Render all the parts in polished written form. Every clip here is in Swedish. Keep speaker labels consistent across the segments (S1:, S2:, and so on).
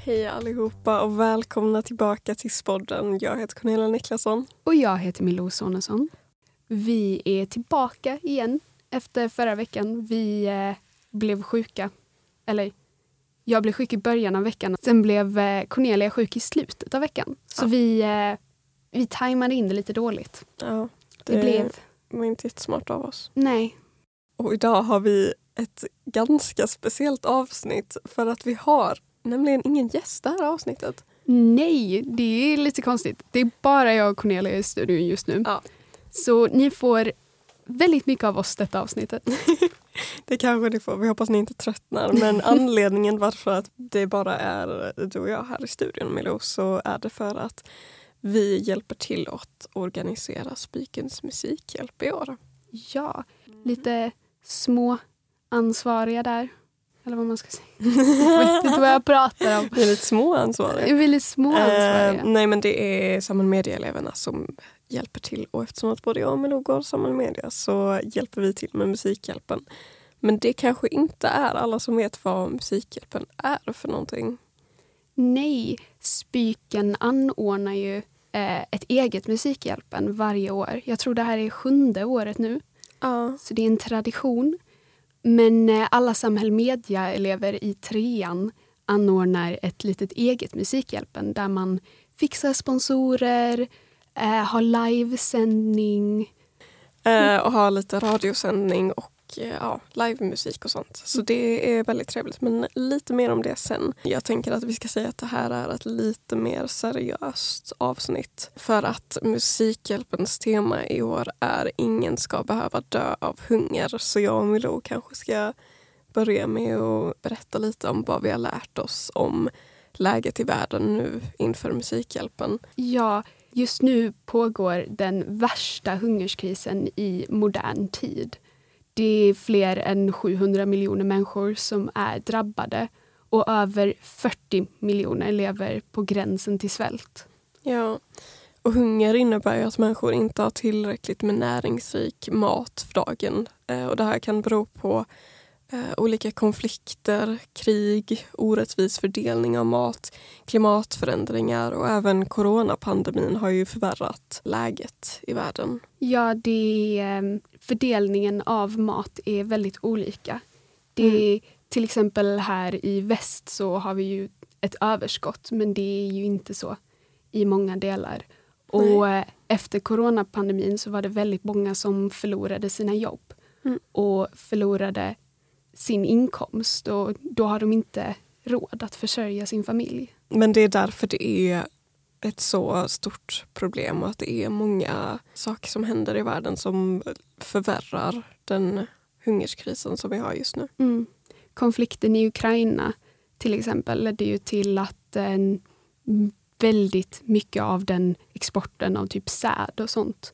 S1: Hej allihopa och välkomna tillbaka till Spodden. Jag heter Cornelia Niklasson.
S2: Och jag heter Milou Sonesson. Vi är tillbaka igen efter förra veckan. Vi blev sjuka. Eller, jag blev sjuk i början av veckan. Sen blev Cornelia sjuk i slutet av veckan. Så vi tajmade in det lite dåligt.
S1: Ja,
S2: det
S1: var inte jättesmart av oss.
S2: Nej.
S1: Och idag har vi ett ganska speciellt avsnitt för att vi har nämligen ingen gäst det här avsnittet.
S2: Nej, det är lite konstigt. Det är bara jag och Cornelia i studion just nu.
S1: Ja.
S2: Så ni får väldigt mycket av oss detta avsnittet.
S1: Det kanske ni får. Vi hoppas ni inte tröttnar. Men anledningen varför att det bara är du och jag här i studion, Milou, så är det för att vi hjälper till att organisera Spikens musikhjälp i år.
S2: Ja, lite små ansvariga där. Eller vad man ska säga. Jag vet inte vad jag pratar om.
S1: Vi är lite småansvariga.
S2: Vi är lite småansvariga.
S1: Nej, men det är Samhäll Media-eleverna som hjälper till. Och eftersom att både jag och Milou går Samhäll Media så hjälper vi till med Musikhjälpen. Men det kanske inte är alla som vet vad Musikhjälpen är för någonting.
S2: Nej, Spiken anordnar ju ett eget Musikhjälpen varje år. Jag tror det här är 7:e året nu.
S1: Ja.
S2: Så det är en tradition. Men alla Samhäll Media-elever i 3:an anordnar ett litet eget Musikhjälpen där man fixar sponsorer, har livesändning.
S1: Och har lite radiosändning och livemusik och sånt. Så det är väldigt trevligt. Men lite mer om det sen. Jag tänker att vi ska säga att det här är ett lite mer seriöst avsnitt. För att Musikhjälpens tema i år är ingen ska behöva dö av hunger. Så jag och Milou kanske ska börja med att berätta lite om vad vi har lärt oss om läget i världen nu inför Musikhjälpen.
S2: Ja, just nu pågår den värsta hungerskrisen i modern tid. Det är fler än 700 miljoner människor som är drabbade och över 40 miljoner lever på gränsen till svält.
S1: Ja, och hunger innebär ju att människor inte har tillräckligt med näringsrik mat för dagen. Och det här kan bero på olika konflikter, krig, orättvis fördelning av mat, klimatförändringar och även coronapandemin har ju förvärrat läget i världen.
S2: Ja, fördelningen av mat är väldigt olika. Till exempel här i väst så har vi ju ett överskott, men det är ju inte så i många delar. Och efter coronapandemin så var det väldigt många som förlorade sina jobb och förlorade sin inkomst, och då har de inte råd att försörja sin familj.
S1: Men det är därför det är ett så stort problem och att det är många saker som händer i världen som förvärrar den hungerskrisen som vi har just nu.
S2: Konflikten i Ukraina till exempel ledde ju till att väldigt mycket av den exporten av typ säd och sånt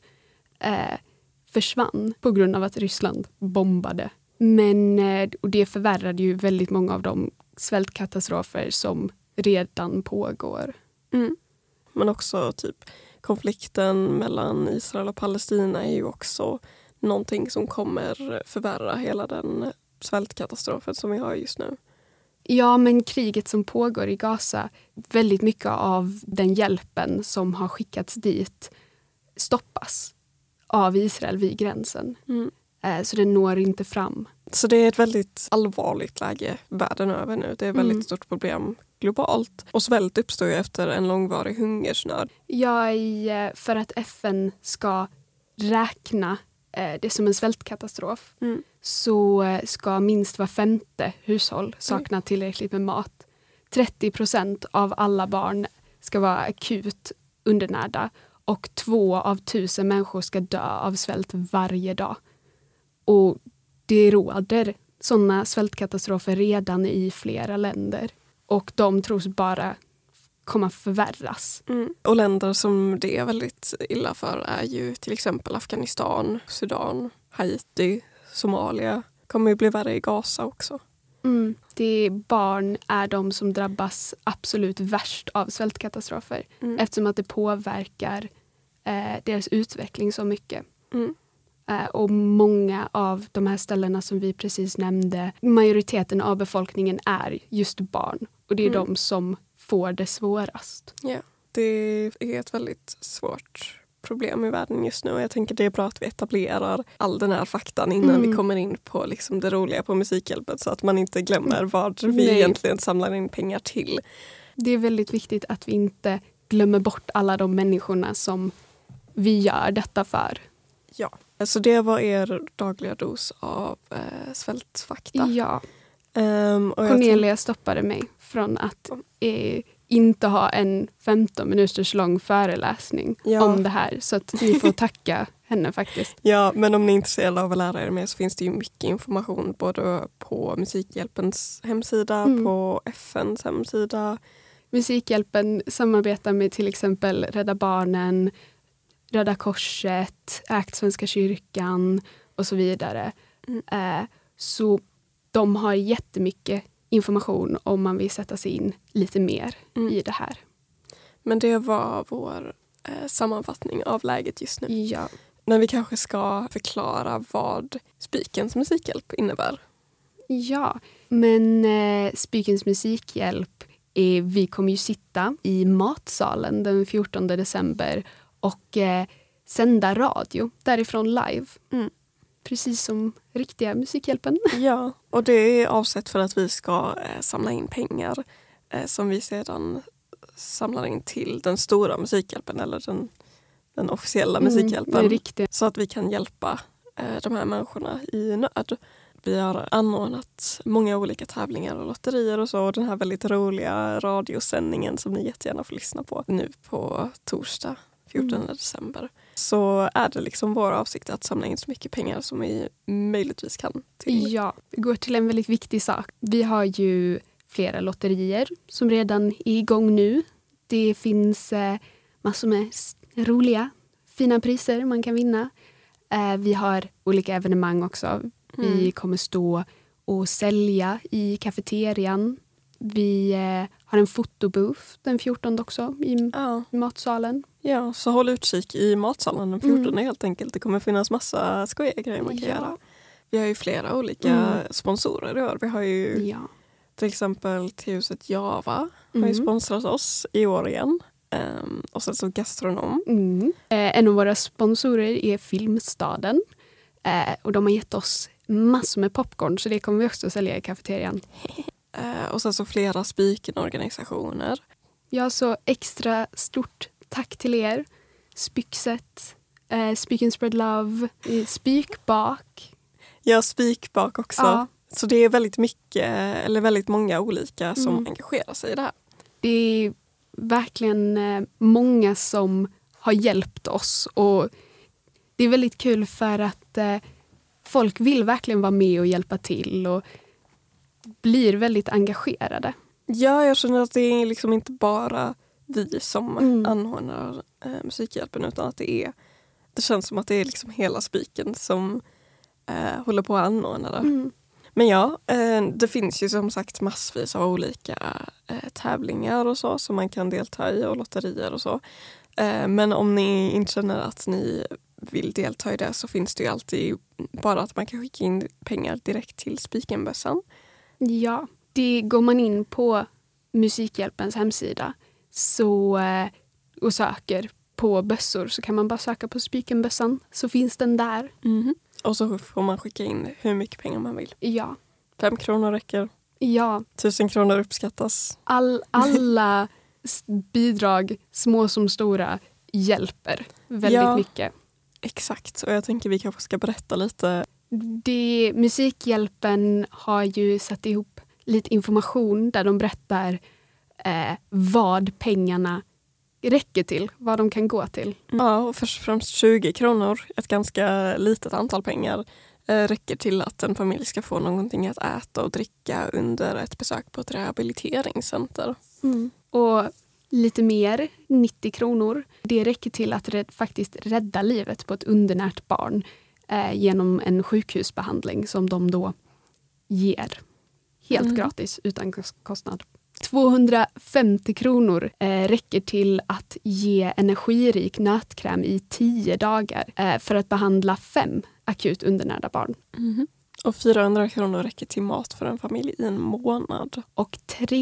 S2: försvann på grund av att Ryssland bombade. Men och det förvärrade ju väldigt många av de svältkatastrofer som redan pågår.
S1: Men också typ konflikten mellan Israel och Palestina är ju också någonting som kommer förvärra hela den svältkatastrofen som vi har just nu.
S2: Ja, men kriget som pågår i Gaza, väldigt mycket av den hjälpen som har skickats dit stoppas av Israel vid gränsen. Så det når inte fram. Så
S1: det är ett väldigt allvarligt läge världen över nu. Det är ett väldigt stort problem globalt. Och svält uppstår ju efter en långvarig hungersnöd.
S2: Ja, för att FN ska räkna det som en svältkatastrof så ska minst var 5:e hushåll sakna tillräckligt med mat. 30% av alla barn ska vara akut undernärda och 2 av 1000 människor ska dö av svält varje dag. Och det råder sådana svältkatastrofer redan i flera länder. Och de tros bara komma förvärras.
S1: Och länder som det är väldigt illa för är ju till exempel Afghanistan, Sudan, Haiti, Somalia. Kommer ju bli värre i Gaza också.
S2: Barn är de som drabbas absolut värst av svältkatastrofer. Eftersom att det påverkar deras utveckling så mycket. Och många av de här ställena som vi precis nämnde, majoriteten av befolkningen är just barn. Och det är de som får det svårast.
S1: Ja, det är ett väldigt svårt problem i världen just nu. Och jag tänker det är bra att vi etablerar all den här faktan innan vi kommer in på liksom det roliga på Musikhjälpen, så att man inte glömmer vad vi egentligen samlar in pengar till.
S2: Det är väldigt viktigt att vi inte glömmer bort alla de människorna som vi gör detta för.
S1: Ja, så det var er dagliga dos av svältfakta.
S2: Ja.
S1: Och
S2: Cornelia stoppade mig från att inte ha en 15 minuters lång föreläsning om det här. Så att ni får tacka henne faktiskt.
S1: Ja, men om ni är intresserade av att lära er mer så finns det ju mycket information både på Musikhjälpens hemsida, på FNs hemsida.
S2: Musikhjälpen samarbetar med till exempel Rädda Barnen, Röda Korset, Ägt Svenska kyrkan och så vidare. Så de har jättemycket information om man vill sätta sig in lite mer i det här.
S1: Men det var vår sammanfattning av läget just nu.
S2: Ja.
S1: Men vi kanske ska förklara vad Spikens musikhjälp innebär.
S2: Ja, men Spikens musikhjälp vi kommer ju sitta i matsalen den 14 december och sända radio därifrån live. Precis som riktiga Musikhjälpen. Ja,
S1: och det är avsett för att vi ska samla in pengar som vi sedan samlar in till den stora Musikhjälpen eller den officiella Musikhjälpen. Så att vi kan hjälpa de här människorna i nöd. Vi har anordnat många olika tävlingar och lotterier och så. Och den här väldigt roliga radiosändningen som ni jättegärna får lyssna på nu på torsdag 14 december. Så är det liksom vår avsikt att samla in så mycket pengar som vi möjligtvis kan.
S2: Ja, det går till en väldigt viktig sak. Vi har ju flera lotterier som redan är igång nu. Det finns massor med roliga, fina priser man kan vinna. Vi har olika evenemang också. Vi kommer stå och sälja i kafeterian. Vi har en fotobooth den 14 också i matsalen.
S1: Ja, så håll utkik i matsalen den 14 helt enkelt. Det kommer finnas massa skojiga grejer man kan göra. Vi har ju flera olika sponsorer i år. Vi har ju till exempel Tehuset Java har ju sponsrat oss i år igen. Och sen så Gastronom.
S2: En av våra sponsorer är Filmstaden. Och de har gett oss massor med popcorn, så det kommer vi också sälja i kafeterian.
S1: Och sen så flera Spiken-organisationer.
S2: Ja, så extra stort tack till er. Spyxet, Speak and Spread Love, Spykbak.
S1: Ja, Spykbak också. Ja. Så det är väldigt mycket, eller väldigt många olika som engagerar sig i det här.
S2: Det är verkligen många som har hjälpt oss, och det är väldigt kul för att folk vill verkligen vara med och hjälpa till och blir väldigt engagerade.
S1: Ja, jag känner att det är liksom inte bara vi som anordnar Musikhjälpen, utan att det känns som att det är liksom hela Spiken som håller på att anordna det. Men ja, det finns ju som sagt massvis av olika tävlingar och så som man kan delta i, och lotterier och så. Men om ni inte känner att ni vill delta i det, så finns det ju alltid bara att man kan skicka in pengar direkt till Spikenbössan.
S2: Ja, det går man in på Musikhjälpens hemsida och söker på bössor, så kan man bara söka på Spikenbössan, så finns den där.
S1: Och så får man skicka in hur mycket pengar man vill.
S2: Ja.
S1: 5 kronor räcker.
S2: Ja.
S1: 1000 kronor uppskattas.
S2: Alla bidrag, små som stora, hjälper väldigt mycket.
S1: Exakt, och jag tänker vi kanske ska berätta lite.
S2: Musikhjälpen har ju satt ihop lite information där de berättar vad pengarna räcker till, vad de kan gå till.
S1: Ja, och först och främst 20 kronor, ett ganska litet antal pengar, räcker till att en familj ska få någonting att äta och dricka under ett besök på ett rehabiliteringscenter.
S2: Och lite mer, 90 kronor, det räcker till att faktiskt rädda livet på ett undernärt barn genom en sjukhusbehandling som de då ger helt gratis utan kostnad. 250 kronor räcker till att ge energirik nötkräm i 10 dagar för att behandla 5 akut undernärda barn.
S1: Och 400 kronor räcker till mat för en familj i en månad.
S2: Och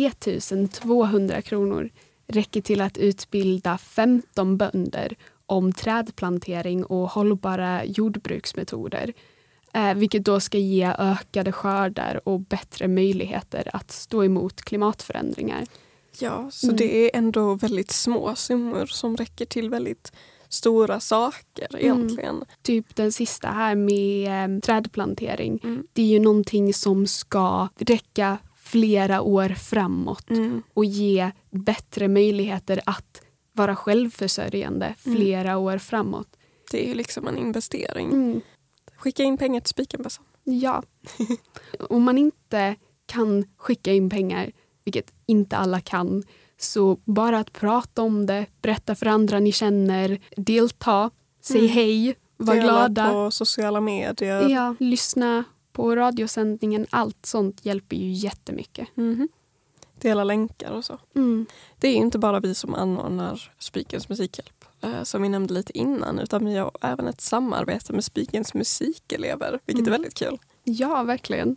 S2: 3200 kronor räcker till att utbilda 15 bönder om trädplantering och hållbara jordbruksmetoder. Vilket då ska ge ökade skördar och bättre möjligheter att stå emot klimatförändringar.
S1: Ja, så det är ändå väldigt små summor som räcker till väldigt stora saker egentligen.
S2: Typ den sista här med trädplantering. Det är ju någonting som ska räcka flera år framåt och ge bättre möjligheter att vara självförsörjande flera år framåt.
S1: Det är ju liksom en investering. Skicka in pengar till Spikenbössan.
S2: Ja. Om man inte kan skicka in pengar, vilket inte alla kan, så bara att prata om det, berätta för andra ni känner, delta, säg hej, var glada.
S1: På sociala medier.
S2: Ja, lyssna på radiosändningen, allt sånt hjälper ju jättemycket.
S1: Dela länkar och så. Det är inte bara vi som anordnar Spikens musikhjälp, som vi nämnde lite innan, utan vi har även ett samarbete med Spikens musikelever, vilket är väldigt kul.
S2: Ja, verkligen.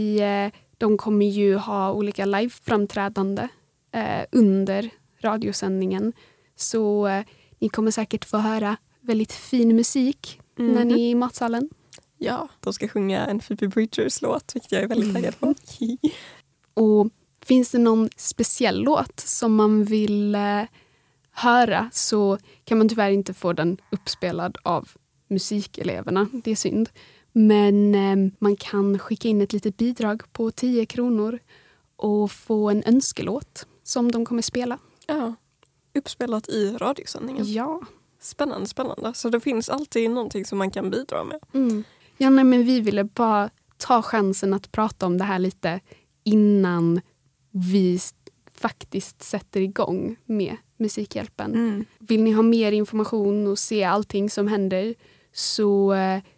S2: De kommer ju ha olika live-framträdande under radiosändningen. Så ni kommer säkert få höra väldigt fin musik när ni är i matsalen.
S1: Ja, de ska sjunga en Phoebe Bridgers-låt, vilket jag är väldigt taggad på.
S2: Och finns det någon speciell låt som man vill höra, så kan man tyvärr inte få den uppspelad av musikeleverna. Det är synd. Men man kan skicka in ett litet bidrag på 10 kronor och få en önskelåt som de kommer spela.
S1: Ja, uppspelat i radiosändningen.
S2: Ja.
S1: Spännande. Så det finns alltid någonting som man kan bidra med.
S2: Ja, nej, men vi ville bara ta chansen att prata om det här lite innan vi faktiskt sätter igång med Musikhjälpen. Vill ni ha mer information och se allting som händer, så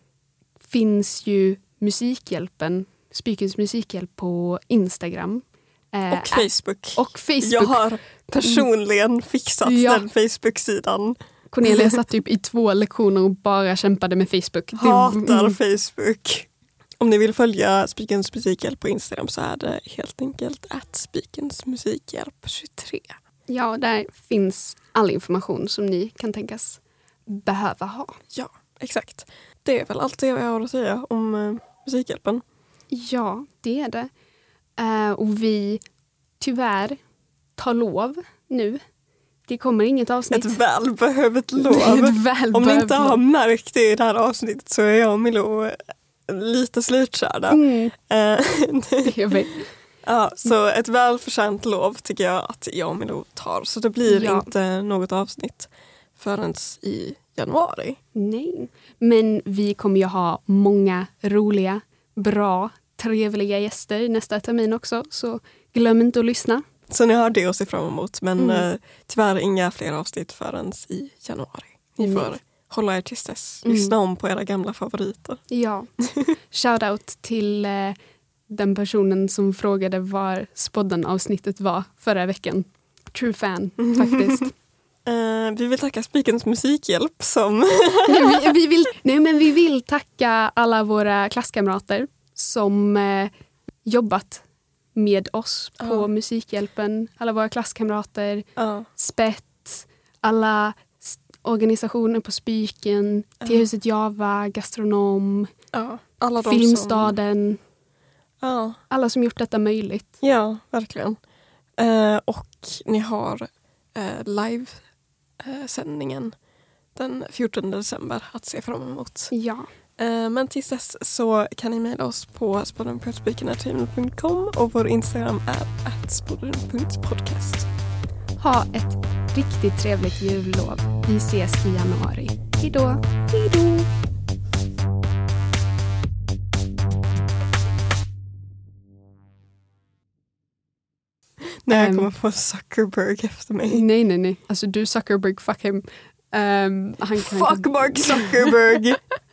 S2: finns ju Musikhjälpen, Spikens musikhjälp på Instagram.
S1: Och Facebook.
S2: Och Facebook.
S1: Jag har personligen fixat den Facebook-sidan.
S2: Cornelia satt typ i 2 lektioner och bara kämpade med Facebook.
S1: Hatar Facebook. Om ni vill följa Spikens musikhjälp på Instagram så är det helt enkelt @Spikens musikhjälp 23.
S2: Ja, där finns all information som ni kan tänkas behöva ha.
S1: Ja, exakt. Det är väl allt det jag har att säga om Musikhjälpen.
S2: Ja, det är det. Och vi tyvärr tar lov nu. Det kommer inget avsnitt.
S1: Ett välbehövligt lov. Om ni inte har märkt det i det här avsnittet så är jag och Milo lite slutkörda.
S2: Det är vi.
S1: Ja, så ett välförtjänt lov tycker jag att jag och Milo tar. Så det blir inte något avsnitt förrän i januari.
S2: Nej, men vi kommer ju ha många roliga, bra, trevliga gäster nästa termin också. Så glöm inte att lyssna.
S1: Så ni har det att se fram emot. Men tyvärr inga fler avsnitt förrän i januari. Ni får hålla er tills dess. Lyssna om på era gamla favoriter.
S2: Ja. Shoutout till den personen som frågade var Spodden-avsnittet var förra veckan. True fan, faktiskt.
S1: Vi vill tacka Spikens musikhjälp som...
S2: vi vill tacka alla våra klasskamrater som jobbat med oss på Musikhjälpen. Alla våra klasskamrater, Spett, alla organisationer på Spiken, T-huset Java, Gastronom,
S1: alla
S2: Filmstaden. Alla som gjort detta möjligt.
S1: Ja, verkligen. Och ni har live-sändningen den 14 december att se fram emot.
S2: Ja.
S1: Men tills dess så kan ni mejla oss på spodden.spiken@gmail.com och vår Instagram är @spodden.podcast.
S2: Ha ett riktigt trevligt jullov. Vi ses i januari. Hejdå! Hejdå!
S1: Nej, jag kommer få Zuckerberg efter mig.
S2: Nej. Alltså du Zuckerberg, fuck him.
S1: Fuck Mark Zuckerberg!